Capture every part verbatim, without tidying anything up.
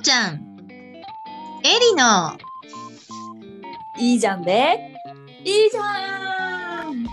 ちゃん、エリのいいじゃんでいいじゃん。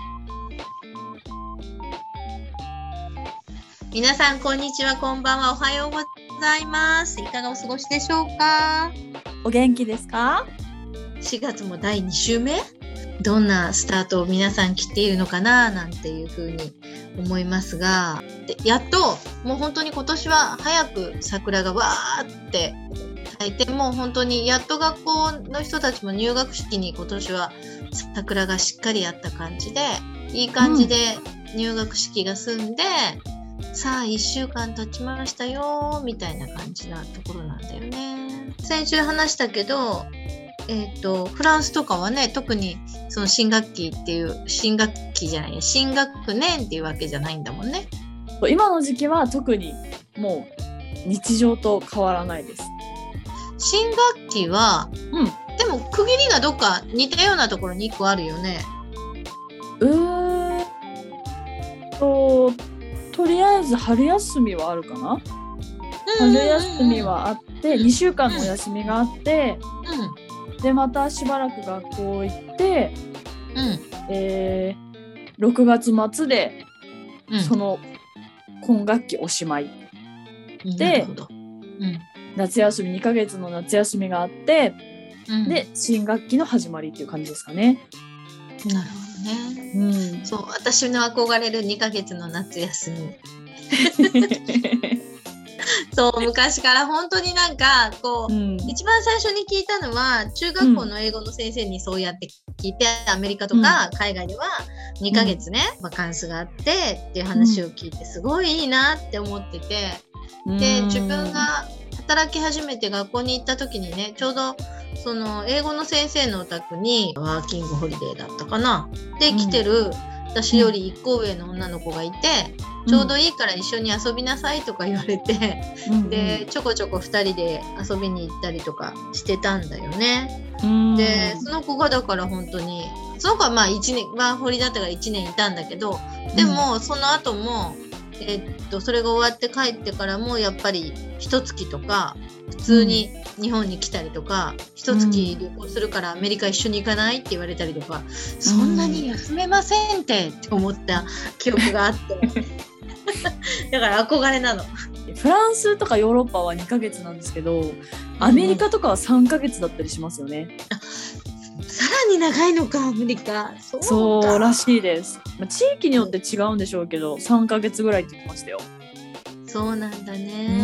皆さんこんにちは、こんばんは、おはようございます。いかがお過ごしでしょうか？ お元気ですか？ しがつもだいに週目、どんなスタートを皆さん切っているのかななんていうふうに思いますが、でやっともう本当に今年は早く桜がわーって咲いて、もう本当にやっと学校の人たちも入学式に今年は桜がしっかりあった感じで、いい感じで入学式が済んで、うん、さあいっしゅうかん経ちましたよみたいな感じなところなんだよね。先週話したけど、えーと、フランスとかはね、特にその新学期っていう新学期じゃない新学年っていうわけじゃないんだもんね。 今の時期は特にもう日常と変わらないです。 新学期は、うん、でも区切りがどっか似たようなところにいっこあるよね。 うーんととりあえず春休みはあるかな。春休みはあってにしゅうかんのお休みがあって、うんうん、でまたしばらく学校行って、うんえー、ろくがつ末で、うん、その今学期おしまいで、うん、夏休みにかげつの夏休みがあって、うん、で新学期の始まりっていう感じですかね。 なるほどね、うん、そう、私の憧れるにかげつの夏休みそう昔から本当になんかこう、うん、一番最初に聞いたのは中学校の英語の先生にそうやって聞いて、うん、アメリカとか海外ではにかげつね、うん、バカンスがあってっていう話を聞いてすごいいいなって思ってて、うん、で自分が働き始めて学校に行った時にね、ちょうどその英語の先生のお宅にワーキングホリデーだったかなで来てる、うん、私よりいっこ上の女の子がいて、うん、ちょうどいいから一緒に遊びなさいとか言われて、うん、でちょこちょこふたりで遊びに行ったりとかしてたんだよね、うん、でその子がだから本当にその子はまあいちねんワーホリだったからいちねんいたんだけど、でもその後も、えー、っとそれが終わって帰ってからもやっぱり一月とか普通に日本に来たりとか、一月旅行するからアメリカ一緒に行かないって言われたりとか、うん、そんなに休めませんってって思った記憶があってだから憧れなの。 フランスとかヨーロッパはにかげつなんですけど、アメリカとかはさんかげつだったりしますよね、 うん、さらに長いのかアメリカ。そうか、 そうらしいです、まあ、地域によって違うんでしょうけどさんかげつぐらいって言ってましたよ。 そうなんだね。 うん、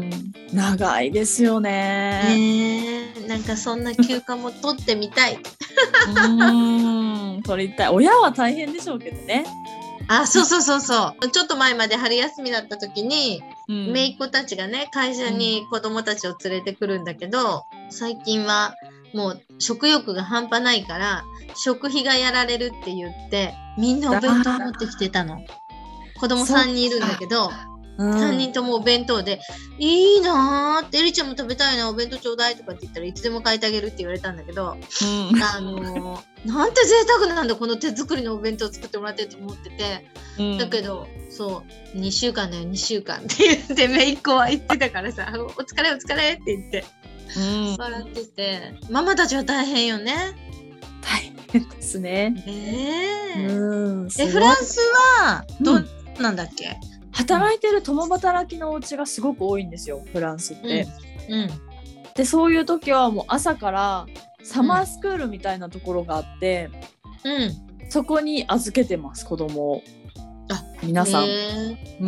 長いですよね。 ね、なんかそんな休暇も取ってみたい。 うーん、取りたい。親は大変でしょうけどね。 あ、そうそうそうそう。ちょっと前まで春休みだった時に、うん、姪っ子たちがね、会社に子供たちを連れてくるんだけど、うん、最近はもう食欲が半端ないから食費がやられるって言ってみんなお弁当持ってきてたの。子供さんにんいるんだけど、うん、さんにんともお弁当でいいなーって、エリちゃんも食べたいな、お弁当ちょうだいとかって言ったらいつでも買いてあげるって言われたんだけど、うん、あのー、なんて贅沢なんだこの手作りのお弁当作ってもらってると思ってて、うん、だけどそうにしゅうかんだよにしゅうかんって言って姪っ子は言ってたからさお疲れお疲れって言って、うん、笑ってて、ママたちは大変よね。 大変ですね。 えーうん、えフランスはどうなんだっけ、うん、 働いてる共働きのお家がすごく多いんですよ、フランスって、うんうん、でそういう時はもう朝からサマースクールみたいなところがあって、うん、そこに預けてます、子供を。あ、皆さん、 うん、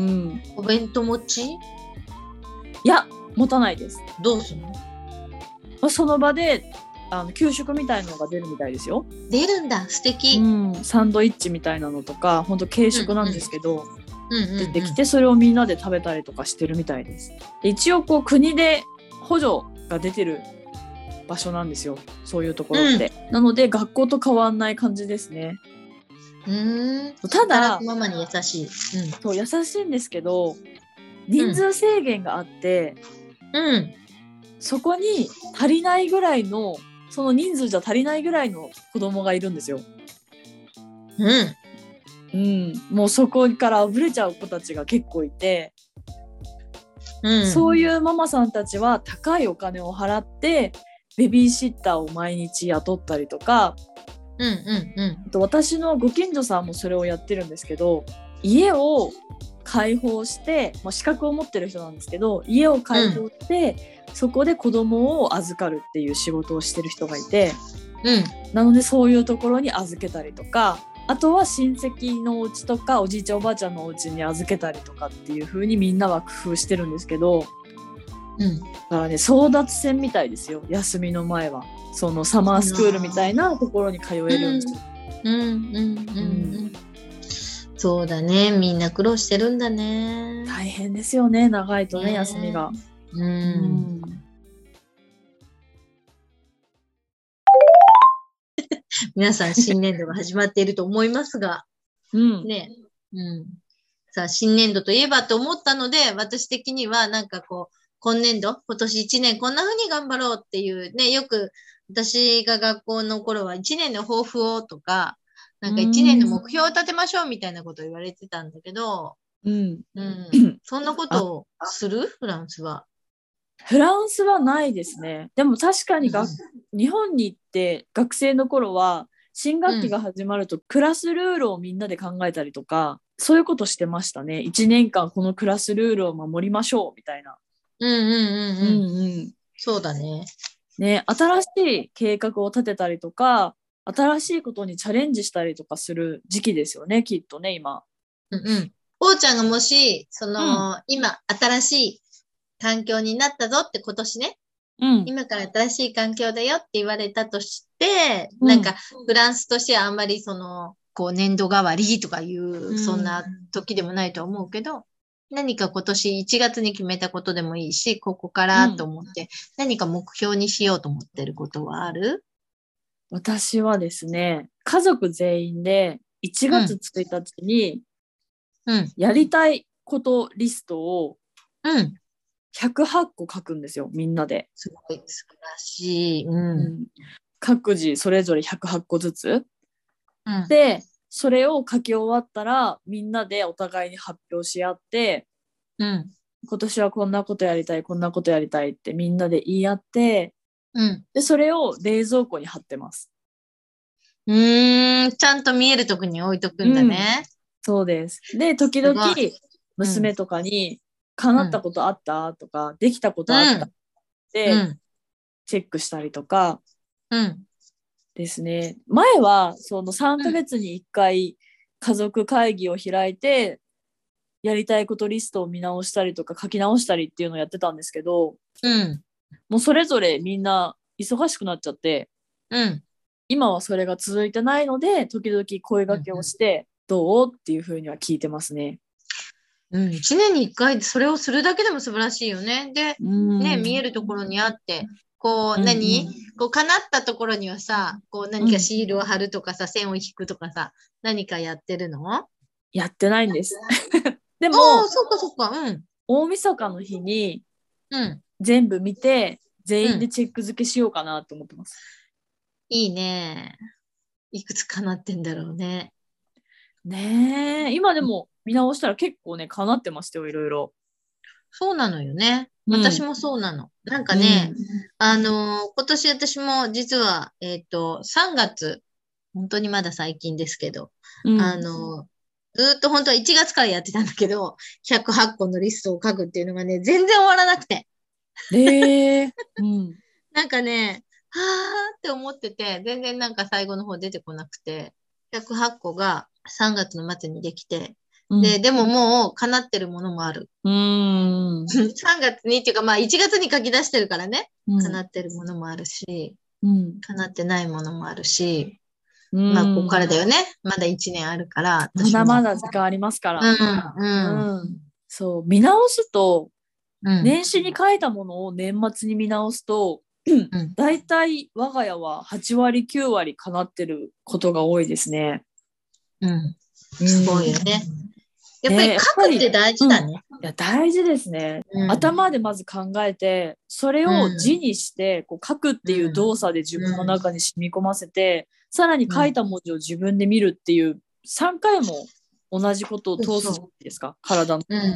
お弁当持ち？いや、持たないです。 どうするの？ その場であの給食みたいなのが出るみたいですよ。 出るんだ、素敵、 うん、サンドイッチみたいなのとか本当軽食なんですけど、うんうん、出てきてそれをみんなで食べたりとかしてるみたいです。で一応こう国で補助が出てる場所なんですよ、そういうところって、うん、なので学校と変わんない感じですね。 うーん、 ただママに優しい、うん、 そう優しいんですけど人数制限があって、うん、そこに足りないぐらいのその人数じゃ足りないぐらいの子供がいるんですよ。うんうん、もうそこからあぶれちゃう子たちが結構いて、 うん、 そういうママさんたちは高いお金を払ってベビーシッターを毎日雇ったりとか、 うんうんうん、 あと私のご近所さんもそれをやってるんですけど、家を開放して、まあ、資格を持ってる人なんですけど、家を開放して、うん、そこで子供を預かるっていう仕事をしてる人がいて、 うん、 なのでそういうところに預けたりとか、あとは親戚のお家とかおじいちゃんおばあちゃんのお家に預けたりとかっていう風にみんなは工夫してるんですけど、 うん、 だからね、争奪戦みたいですよ、休みの前は。そのサマースクールみたいなところに通えるんですよ。 うんうんうんうん、うん、そうだね、みんな苦労してるんだね。 大変ですよね、長いとね、休みが。 うん、うん皆さん新年度が始まっていると思いますが、 うん、 ね、うん、さあ新年度といえばと思ったので、私的にはなんかこう今年度、今年いちねんこんな風に頑張ろうっていうね、よく私が学校の頃はいちねんの抱負をとか、なんかいちねんの目標を立てましょうみたいなことを言われてたんだけど、 うんうん、そんなことをする？フランスは。 フランスはないですね。でも確かにが、うん、日本に行って学生の頃は新学期が始まるとクラスルールをみんなで考えたりとか、そういうことしてましたね。いちねんかんこのクラスルールを守りましょうみたいな。 うんうんうんうん。うんうん、そうだね。ね、新しい計画を立てたりとか、新しいことにチャレンジしたりとかする時期ですよね、きっとね、今。 うんうん。おうちゃんがもし、その、うん、今、新しい環境になったぞって今年ね、うん、今から新しい環境だよって言われたとして、うん、なんか、フランスとしてはあんまりその、こう、年度代わりとかいう、そんな時でもないと思うけど、うん、何か今年いちがつに決めたことでもいいし、ここからと思って、何か目標にしようと思ってることはある？ 私はですね、家族全員でいちがつついたちに、やりたいことリストをひゃくはっこ書くんですよ、みんなで。 すごい素晴らしい。うんうん、 各自それぞれひゃくはっこずつ。うん、で、それを書き終わったらみんなでお互いに発表し合って、うん、今年はこんなことやりたい、こんなことやりたいってみんなで言い合って、うん、でそれを冷蔵庫に貼ってます。 うーん、ちゃんと見えるとこに置いとくんだね。 うん、そうです。で、時々娘とかに、叶ったことあった、とか、できたことあったって、チェックしたりとか、うんですね。前はそのさんかげつにいっかい家族会議を開いて、やりたいことリストを見直したりとか書き直したりっていうのをやってたんですけど、うん、もうそれぞれみんな忙しくなっちゃって、うん、今はそれが続いてないので、時々声掛けをして、どうっていうふうには聞いてますね。 うん、いちねんにいっかいそれをするだけでも素晴らしいよね。で、ね、見えるところにあって、こう、何、うんうん、こう、叶ったところにはさ、こう、何かシールを貼るとかさ、うん、線を引くとかさ、何かやってるの？ やってないんです。でも、 そっかそっか、うん。 大晦日の日に、うん、全部見て、全員でチェック付けしようかなと思ってます。 うん、いいね。いくつ叶ってんだろうね。 ねえ、今でも見直したら結構ね、叶ってましたよ、いろいろ。 そうなのよね。私もそうなの。うん、なんかね、うん、あのー、今年私も実は、えっと、さんがつ、本当にまだ最近ですけど、うん、あのー、ずっと本当はいちがつからやってたんだけど、ひゃくはっこのリストを書くっていうのがね、全然終わらなくて。 えーうん、 なんかね、はーって思ってて、全然なんか最後の方出てこなくて、ひゃくはっこがさんがつの末にできて、うん、で、でももう叶ってるものもある。うーんさんがつにっていうかまあいちがつに書き出してるからね、うん、叶ってるものもあるし、うん、叶ってないものもあるし、うん、まあここからだよね。まだいちねんあるから。 まだまだ時間ありますから。うんうんうん、そう、見直すと、うん、年始に書いたものを年末に見直すと、うん、だいたい我が家ははちわりきゅうわり叶ってることが多いですね。 うん。すごいよね。やっぱり書くって大事だね。ねうん、いや大事ですね、うん。頭でまず考えて、それを字にして、こう書くっていう動作で自分の中に染み込ませて、うん、さらに書いた文字を自分で見るっていう、さんかいも同じことを通すじゃないですか、体の。 うん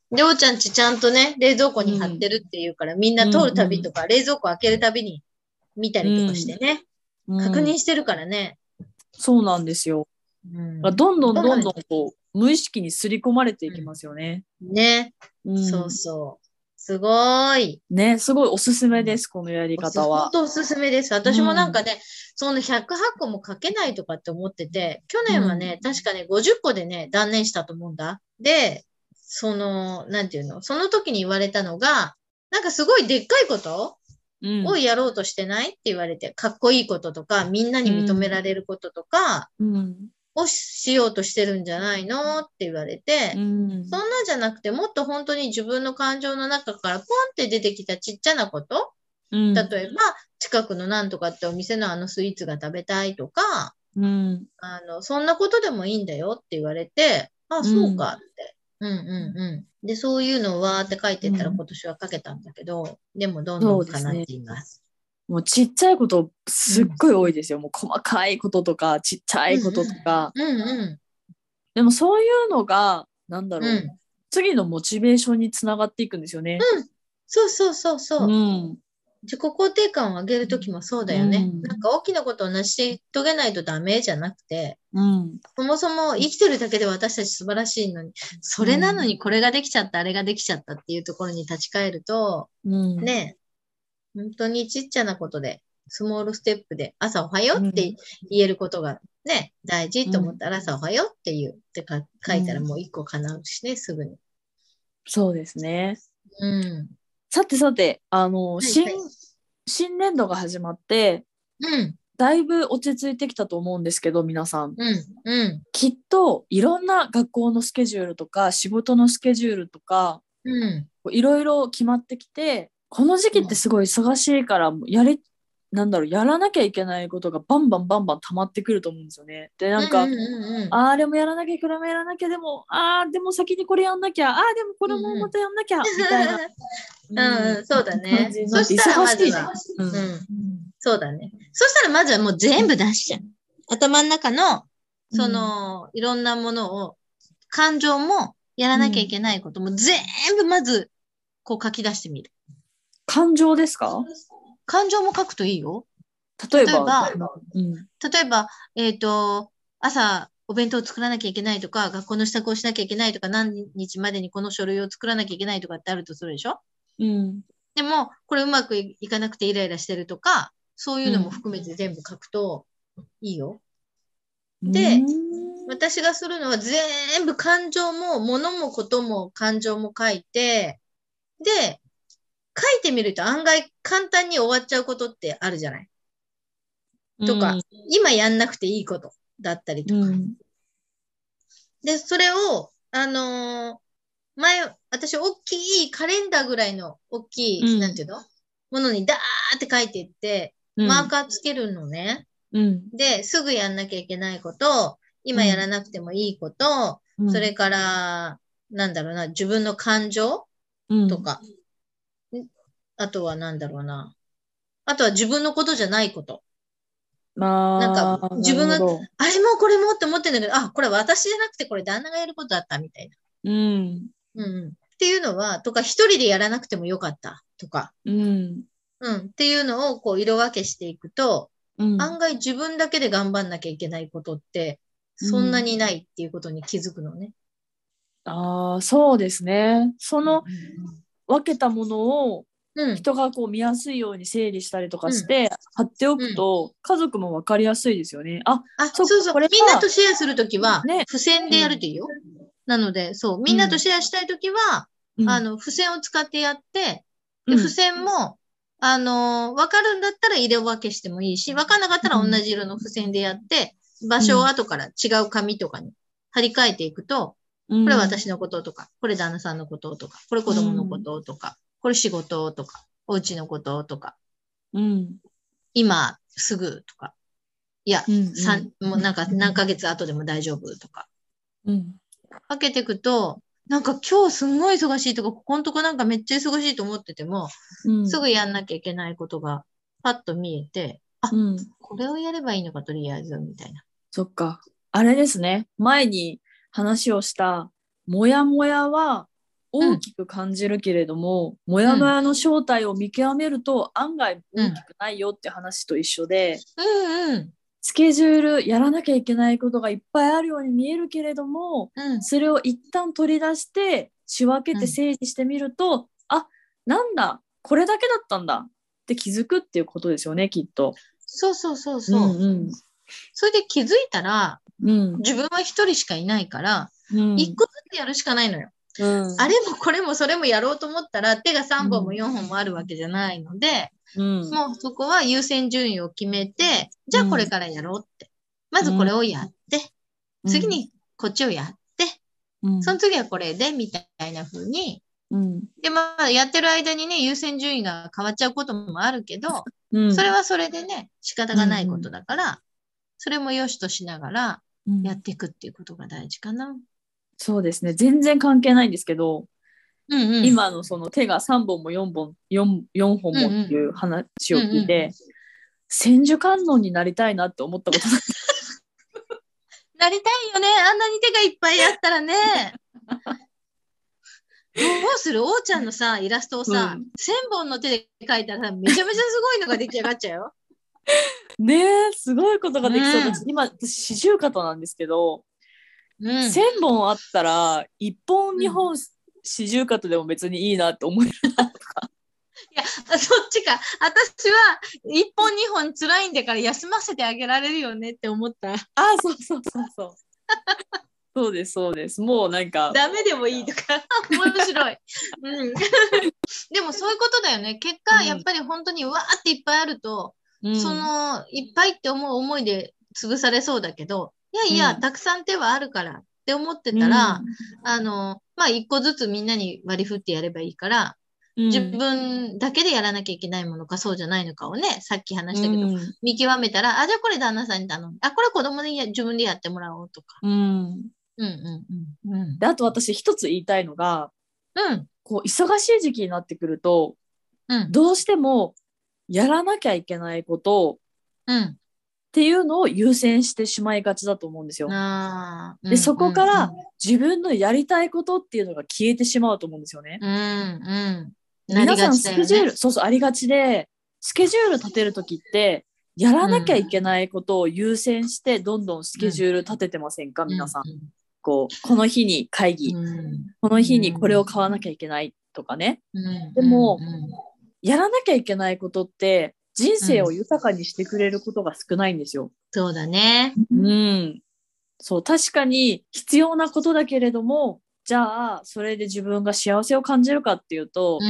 りょうちゃんちちゃんとね、冷蔵庫に貼ってるっていうから、うん、みんな通るたびとか、うん、冷蔵庫開けるたびに見たりとかしてね、うん、確認してるからね。 そうなんですよ。うん、どんどんどんどんこう無意識に刷り込まれていきますよね。 うん、ね、うん、そうそう。すごい。 ね、すごいおすすめです、このやり方は。 本当おすすめです。私もなんかね、うん、そのひゃくはっこも書けないとかって思ってて、去年はね、うん、確かね、ごじゅっこでね、断念したと思うんだ。で、その、なんていうの、その時に言われたのが、なんかすごいでっかいことをやろうとしてないって言われて、かっこいいこととか、みんなに認められることとか、うんをしようとしてるんじゃないのって言われて、うん、そんなんじゃなくてもっと本当に自分の感情の中からポンって出てきたちっちゃなこと、うん、例えば近くのなんとかってお店のあのスイーツが食べたいとか、うん、あのそんなことでもいいんだよって言われて、あ、そうかって、うん、うんうんうんでそういうのをわーって書いてったら今年は書けたんだけど、うん、でもどんどん叶っています。 もうちっちゃいことすっごい多いですよ。うん、もう細かいこととかちっちゃいこととか。 うんうんうんうん、 でもそういうのがなんだろう、うん、次のモチベーションにつながっていくんですよね。 うん、そうそうそうそう。うん、自己肯定感を上げるときもそうだよね、うん。なんか大きなことを成し遂げないとダメじゃなくて、うん、そもそも生きてるだけで私たち素晴らしいのに、それなのにこれができちゃった、あれができちゃったっていうところに立ち返ると、うん、ね、本当にちっちゃなことで、スモールステップで朝おはようって言えることがね、うん、大事と思ったら朝おはようって言うってか書いたらもう一個叶うしね、すぐに。 そうですね。 うん。 さてさて、あの、はいはい、新、新年度が始まって、うん、だいぶ落ち着いてきたと思うんですけど、皆さん。 うんうん、 きっといろんな学校のスケジュールとか仕事のスケジュールとか、いろいろ決まってきて、この時期ってすごい忙しいからやり、なんだろう、やらなきゃいけないことがバンバンバンバン溜まってくると思うんですよね。で、なんか、うんうんうんうん、ああ、でもやらなきゃ、これもやらなきゃ、でも、ああ、でも先にこれやんなきゃ、ああ、でもこれもまたやんなきゃ、うんうん、みたいな。 うん、うん、そうだね。そしたらまずは、うんうん、そうだね。そしたらまずはもう全部出しちゃう。頭の中の、その、うん、いろんなものを、感情もやらなきゃいけないことも全部まず、こう書き出してみる。 感情ですか？ 感情も書くといいよ。 例えば、 例えば、うん、例えば、えっと、朝、お弁当を作らなきゃいけないとか、学校の支度をしなきゃいけないとか、何日までにこの書類を作らなきゃいけないとかってあるとするでしょ？うん。でも、これうまくいかなくてイライラしてるとか、そういうのも含めて全部書くといいよ。うん、で、私がするのは全部感情も、物もことも感情も書いて、で、書いてみると案外簡単に終わっちゃうことってあるじゃない。とか、うん、今やんなくていいことだったりとか。うん、で、それを、あのー、前、私、大きいカレンダーぐらいの大きい、うん、なんていうのものにダーって書いていって、マーカーつけるのね。うん、で、すぐやんなきゃいけないこと、今やらなくてもいいこと、うん、それから、なんだろうな、自分の感情とか、うん、あとはなんだろうな。あとは自分のことじゃないこと。なんか、自分が、あれもこれもって思ってんだけど、あ、これ私じゃなくてこれ旦那がやることだったみたいな。うん。うん。っていうのは、とか、一人でやらなくてもよかったとか。うん。うん。っていうのを、こう、色分けしていくと、うん、案外自分だけで頑張んなきゃいけないことって、そんなにないっていうことに気づくのね。 うん、ああ、そうですね。その、分けたものを、人がこう見やすいように整理したりとかして、うん、貼っておくと、うん、家族も分かりやすいですよね。あ、 あそうそう。みんなとシェアするときは、ね、付箋でやるといいよ。うん、なので、そう、みんなとシェアしたいときは、うん、あの、付箋を使ってやって、で、付箋も、あの、分かるんだったら色分けしてもいいし、分かんなかったら同じ色の付箋でやって、場所を後から違う紙とかに貼り替えていくと、これは私のこととか、これ旦那さんのこととか、これ子供のこととか、これ仕事とか、お家のこととか、うん、今すぐとか、いや、うんうん、もうなんか何ヶ月後でも大丈夫とか、うん、かけていくと、なんか今日すんごい忙しいとか、ここのとこなんかめっちゃ忙しいと思ってても、うん、すぐやんなきゃいけないことがパッと見えて、あ、うん、これをやればいいのかとりあえず、みたいな。 そっか。あれですね。前に話をした、もやもやは、 大きく感じるけれども、うん、モヤモヤの正体を見極めると案外大きくないよって話と一緒で、 うんうん、 スケジュールやらなきゃいけないことがいっぱいあるように見えるけれども、うん、それを一旦取り出して仕分けて整理してみると、うん、あ、なんだこれだけだったんだって気づくっていうことですよね、きっと。 そうそうそうそう、うんうん、それで気づいたら、うん、自分は一人しかいないから、うん、一個ずつやるしかないのよ、うん、あれもこれもそれもやろうと思ったら手がさんぼんもよんほんもあるわけじゃないので、うん、もうそこは優先順位を決めて、じゃあこれからやろうって、まずこれをやって、うん、次にこっちをやって、うん、その次はこれでみたいな風に、うん、でまあやってる間にね優先順位が変わっちゃうこともあるけど、うん、それはそれでね仕方がないことだから、うん、それも良しとしながらやっていくっていうことが大事かな。うん、 そうですね、全然関係ないんですけど、うんうん、今のその手がさんぼんもよんぼん 4, 4本もっていう話を聞いて、うんうん、千手観音になりたいなって思ったことだなりたいよね、あんなに手がいっぱいあったらねどうする、おーちゃんのさイラストをさ、うん、せんぼんの手で描いたらめちゃめちゃすごいのが出来上がっちゃうよねえ、すごいことができそう、うん、今私四十肩なんですけど、うん、せんぼんあったらいっぽんにほん四十肩でも別にいいなって思えるなとかいやそっちか、私はいっぽんにほん辛いんだから休ませてあげられるよねって思った。 あ、そうそうそうそうそうですそうです、もうなんかダメでもいいとか面白い、うん、でもそういうことだよね、結果、うん、やっぱり本当にわーっていっぱいあると、うん、そのいっぱいって思う思いで潰されそうだけど、いやいや、うん、たくさん手はあるからって思ってたら、うん、あのまあ一個ずつみんなに割り振ってやればいいから、うん、自分だけでやらなきゃいけないものかそうじゃないのかをね、さっき話したけど、うん、見極めたら、あ、じゃあこれ旦那さんに頼む、あ、これ子供でや自分でやってもらおうとか。うん。うんうんうんうん。で、あと私一つ言いたいのが、うん、こう忙しい時期になってくると、うん、どうしてもやらなきゃいけないことうん、っていうのを優先してしまいがちだと思うんですよ。あ、で、うん、そこから自分のやりたいことっていうのが消えてしまうと思うんですよね。うんうん、皆さんスケジュール、ね、そうそうありがちで、スケジュール立てるときってやらなきゃいけないことを優先してどんどんスケジュール立ててませんか、うん、皆さん。こうこの日に会議、うん、この日にこれを買わなきゃいけないとかね。うん、でも、うん、やらなきゃいけないことって人生を豊かにしてくれることが少ないんですよ。うん、 そうだね。 うん。そう、確かに必要なことだけれども、じゃあそれで自分が幸せを感じるかっていうと、うん、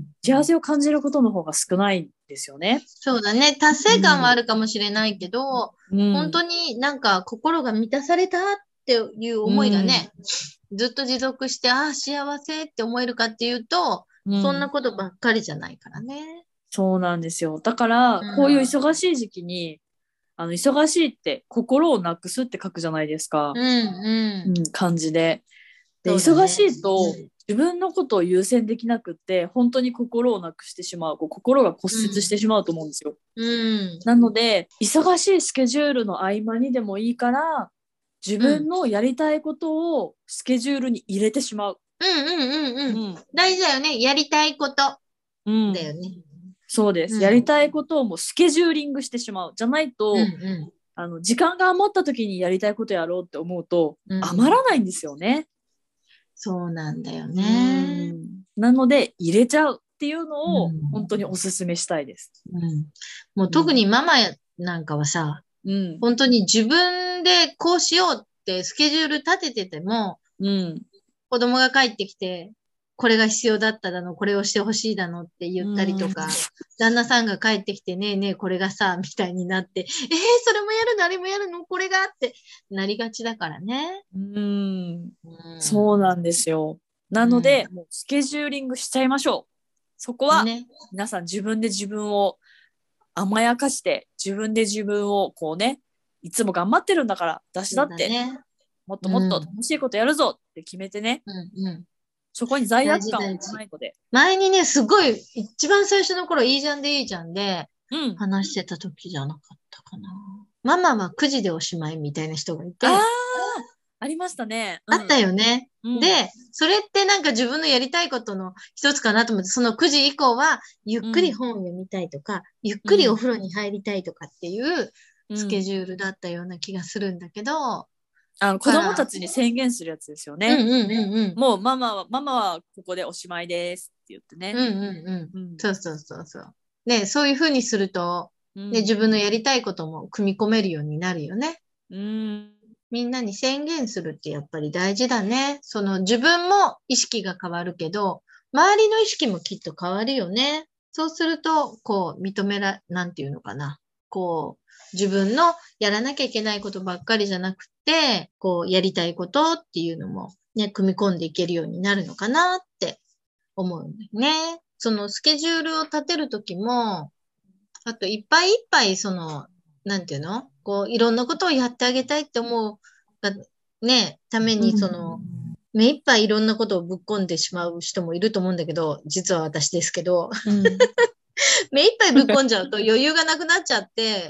幸せを感じることの方が少ないんですよね。 そうだね。達成感はあるかもしれないけど、うん、本当になんか心が満たされたっていう思いがね、うん、ずっと持続して、ああ幸せって思えるかっていうと、うん、そんなことばっかりじゃないからね。 そうなんですよ。だから、うん、こういう忙しい時期にあの忙しいって心をなくすって書くじゃないですか、うんうんうん、漢字で。で、ね、忙しいと自分のことを優先できなくって本当に心をなくしてしまう、こう心が骨折してしまうと思うんですよ、うん、なので忙しいスケジュールの合間にでもいいから自分のやりたいことをスケジュールに入れてしまう。 うんうんうんうん、うん、大事だよね、やりたいこと、うん、だよね。 そうです、うん、やりたいことをもうスケジューリングしてしまうじゃないと、うんうん、あの時間が余った時にやりたいことやろうって思うと、うん、余らないんですよね。 そうなんだよね。 うん、なので入れちゃうっていうのを本当におすすめしたいです、 うん、もう特にママなんかはさ、うん、本当に自分でこうしようってスケジュール立ててても、うん、子供が帰ってきてこれが必要だっただの、これをしてほしいだのって言ったりとか、旦那さんが帰ってきてねえねえこれがさみたいになって、えー、それもやるのあれもやるのこれがってなりがちだからね。うん、 うん、そうなんですよ。なので、うん、もうスケジューリングしちゃいましょう。そこは、ね、皆さん自分で自分を甘やかして自分で自分をこうね、いつも頑張ってるんだから私だって、ね、もっともっと楽しいことやるぞって決めてね、うんうん、そこに罪悪感はないので。 前にね、すごい、一番最初の頃、いいじゃんでいいじゃんで、うん、話してた時じゃなかったかな。ママはくじでおしまいみたいな人がいて、あありましたね。 あったよね。 うん、 で、それってなんか自分のやりたいことの一つかなと思って、そのくじ以降は、ゆっくり本を読みたいとか、うん、ゆっくりお風呂に入りたいとかっていうスケジュールだったような気がするんだけど、うん、 あの子供たちに宣言するやつですよね。 うんうんうんうん、 もうママは、ママはここでおしまいですって言ってね。 うんうんうん。うん、そうそうそうそう。ね、そういうふうにすると、ね、うん、自分のやりたいことも組み込めるようになるよね。 うん、 みんなに宣言するってやっぱり大事だね。その自分も意識が変わるけど、周りの意識もきっと変わるよね。そうすると、こう、認めら、なんていうのかな。こう、自分のやらなきゃいけないことばっかりじゃなくて、こう、やりたいことっていうのもね、組み込んでいけるようになるのかなって思うんだよね。そのスケジュールを立てるときも、あといっぱいいっぱいその、なんていうのこう、いろんなことをやってあげたいって思うが、ね、ために、その、うん、目いっぱいいろんなことをぶっ込んでしまう人もいると思うんだけど、実は私ですけど、うん、目いっぱいぶっ込んじゃうと余裕がなくなっちゃって、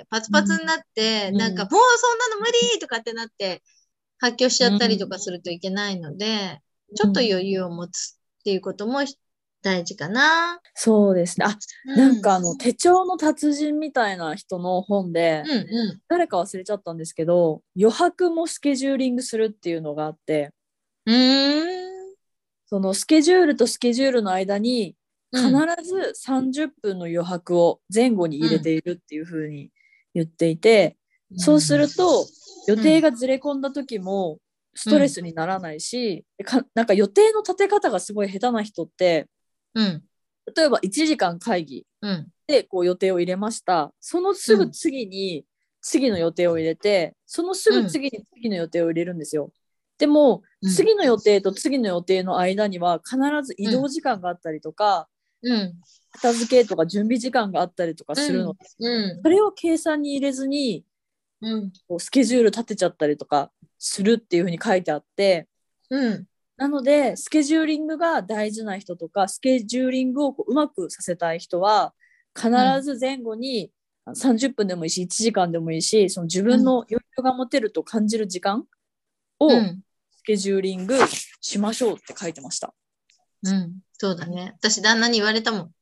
パツパツになって、うん、なんか、もうそんなの無理とかってなって、発狂しちゃったりとかするといけないので、うん、ちょっと余裕を持つっていうことも大事かな。 そうですね。あ、うん、なんかあの手帳の達人みたいな人の本で、 うんうん、誰か忘れちゃったんですけど、余白もスケジューリングするっていうのがあって、 うーん、 そのスケジュールとスケジュールの間に必ずさんじゅっぷんの余白を前後に入れているっていうふうに言っていて、うん、そうすると予定がずれ込んだ時もストレスにならないし、うん、かなんか予定の立て方がすごい下手な人って、 うん、 例えばいちじかん会議でこう予定を入れました。そのすぐ次に次の予定を入れて、そのすぐ次に次の予定を入れるんですよ。でも、うん、次の予定と次の予定の間には必ず移動時間があったりとか、 うん、 片付けとか準備時間があったりとかするので、 うんうん、 それを計算に入れずに、うん、こうスケジュール立てちゃったりとかするっていうふうに書いてあって、 うん、 なのでスケジューリングが大事な人とかスケジューリングをこううまくさせたい人は必ず前後にさんじゅっぷんでもいいしいちじかんでもいいし、その自分の余裕が持てると感じる時間をスケジューリングしましょうって書いてました。 うん、そうだね。私旦那に言われたもん。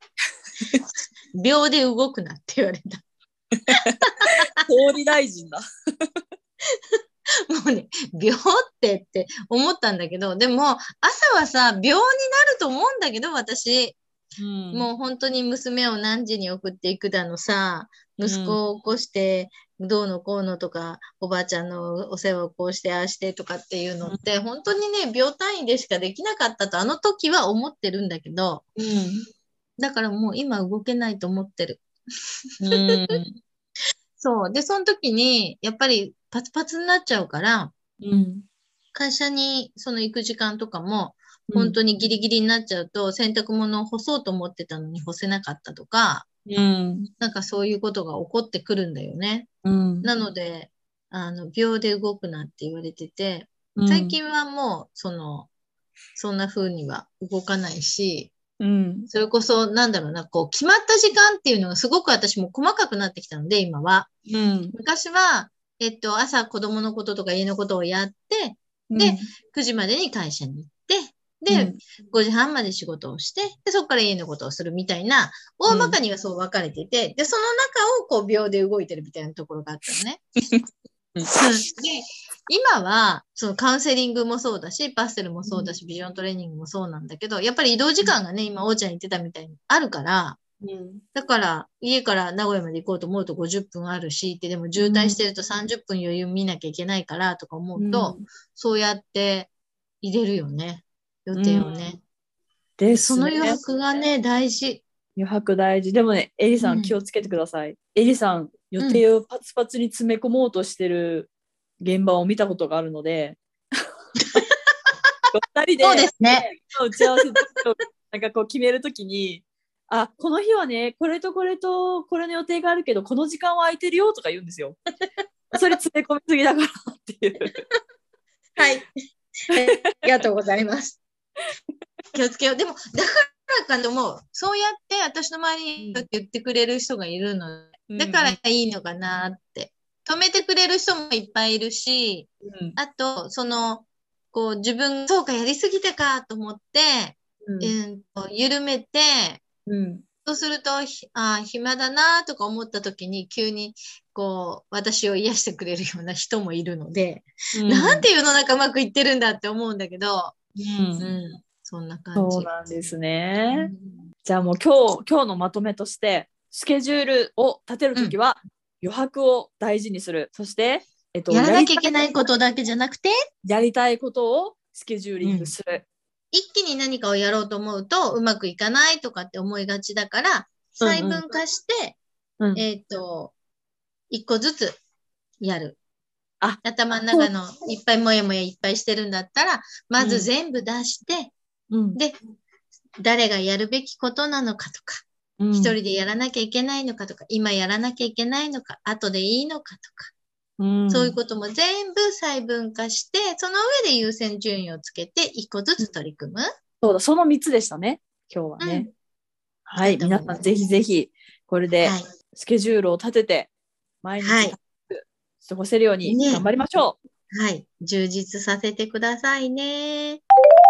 秒で動くなって言われた。 総理大臣だ。 もうね、秒ってって思ったんだけど、でも朝はさ、秒になると思うんだけど、私。うん、もう本当に娘を何時に送っていくだのさ、息子を起こしてどうのこうのとか、おばあちゃんのお世話をこうしてああしてとかっていうのって、うん、本当にね、秒単位でしかできなかったとあの時は思ってるんだけど、うん、だからもう今動けないと思ってる。うん、そう。で、その時にやっぱりパツパツになっちゃうから、うん、会社にその行く時間とかも、本当にギリギリになっちゃうと、洗濯物を干そうと思ってたのに干せなかったとか、うん、なんかそういうことが起こってくるんだよね。うん、なので、あの、秒で動くなって言われてて、最近はもう、その、そんな風には動かないし、うん、それこそ、なんだろうな、こう、決まった時間っていうのがすごく私も細かくなってきたので、今は。うん、昔は、えっと、朝子供のこととか家のことをやって、で、うん、くじまでに会社に行って、で、うん、ごじはんまで仕事をして、で、そこから家のことをするみたいな、大まかにはそう分かれていて、うん、で、その中をこう秒で動いてるみたいなところがあったのね。で、今は、そのカウンセリングもそうだし、パステルもそうだし、ビジョントレーニングもそうなんだけど、やっぱり移動時間がね、今、おーちゃん言ってたみたいにあるから、うん、だから、家から名古屋まで行こうと思うとごじゅっぷんあるし、ってでも渋滞してるとさんじゅっぷん余裕見なきゃいけないからとか思うと、うん、そうやって入れるよね。予定をね。うん、で、その余白がね、大事。 余白大事。でもね、エリさん、うん、気をつけてください。エリさん、予定をパツパツに詰め込もうとしてる現場を見たことがあるので、ふたりで、 そうですね。 打ち合わせとなんかこう決めるときに、あ、この日はね、これとこれとこれの予定があるけど、この時間は空いてるよとか言うんですよ。それ詰め込みすぎだからっていう。 はい。ありがとうございます。気をつけよう。でも、だからかでも、そうやって私の周りに言ってくれる人がいるので、だからいいのかなって止めてくれる人もいっぱいいるし、うん、あと、その、こう自分、そうか、やりすぎたかと思って、うん、うん、緩めて、うん、そうすると、あ、暇だなとか思った時に急にこう私を癒してくれるような人もいるので、うん、なんて世の中うまくいってるんだって思うんだけど、うんうん、そんな感じ。 そうなんですね。うん、じゃあもう今日、今日のまとめとしてスケジュールを立てるときは余白を大事にする。うん、そして、 えっと、やらなきゃいけないことだけじゃなくてやりたいことをスケジューリングする。うん、 一気に何かをやろうと思うとうまくいかないとかって思いがちだから細分化して、うんうん、えっと、一個ずつやる。あ、頭の中のいっぱいもやもやいっぱいしてるんだったら、まず全部出して、うん、で、誰がやるべきことなのかとか、うん、一人でやらなきゃいけないのかとか、今やらなきゃいけないのか、後でいいのかとか、うん、そういうことも全部細分化して、その上で優先順位をつけて一個ずつ取り組む。 そうだ、そのみっつでしたね、今日はね。うん、はい、皆さんぜひぜひ、これでスケジュールを立てて、毎日過ごせるように頑張りましょう。 ね、はい、充実させてくださいね。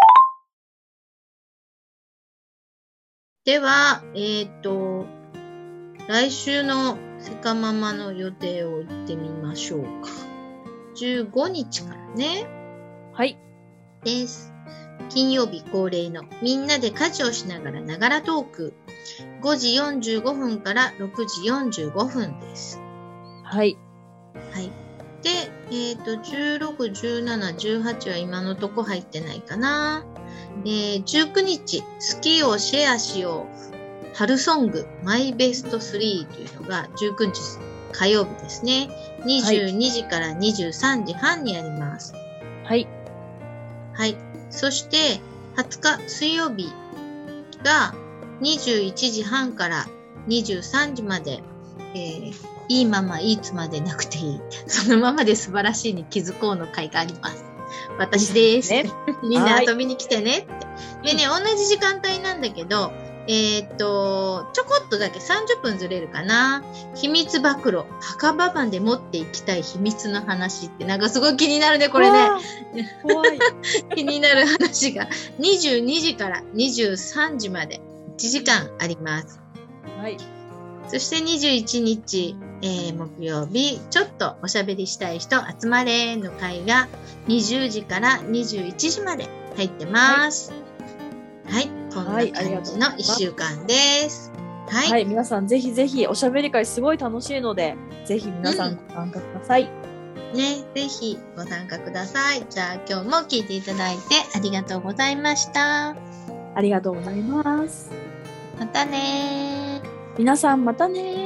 では、えっと、来週のセカママの予定を言ってみましょうか。じゅうごにちからね。 はい。 です。金曜日恒例のみんなで家事をしながらながらトーク。ごじよんじゅうごふんからろくじよんじゅうごふんです。 はい。 はい。で、えっと、じゅうろく、じゅうなな、じゅうはちは今のとこ入ってないかな。えー、じゅうくにち、好きをシェアしよう。春ソング、マイベストスリーというのがじゅうくにち火曜日ですね。にじゅうにじからにじゅうさんじはんにあります。 はい。 はい。そして、はつか水曜日がにじゅういちじはんからにじゅうさんじまで、えー、いいままいつまでなくていい。そのままで素晴らしいに気づこうの会があります。私です。ね、みんな遊びに来てねって。でね、同じ時間帯なんだけど、えー、っと、ちょこっとだけさんじゅっぷんずれるかな。秘密暴露。墓場まで持っていきたい秘密の話ってなんかすごい気になるね、これね。 怖い。 気になる話がにじゅうにじからにじゅうさんじまでいちじかんあります。 はい。 そしてにじゅういちにち、えー、木曜日、ちょっとおしゃべりしたい人集まれの会がにじゅうじからにじゅういちじまで入ってます。はい。はい、こんな感じのいっしゅうかんです。はい。 はい、皆さんぜひぜひおしゃべり会すごい楽しいので、ぜひ皆さんご参加ください。 うん、ね、ぜひご参加ください。じゃあ今日も聞いていただいてありがとうございました。 ありがとうございます。 またねー。 皆さんまたねー。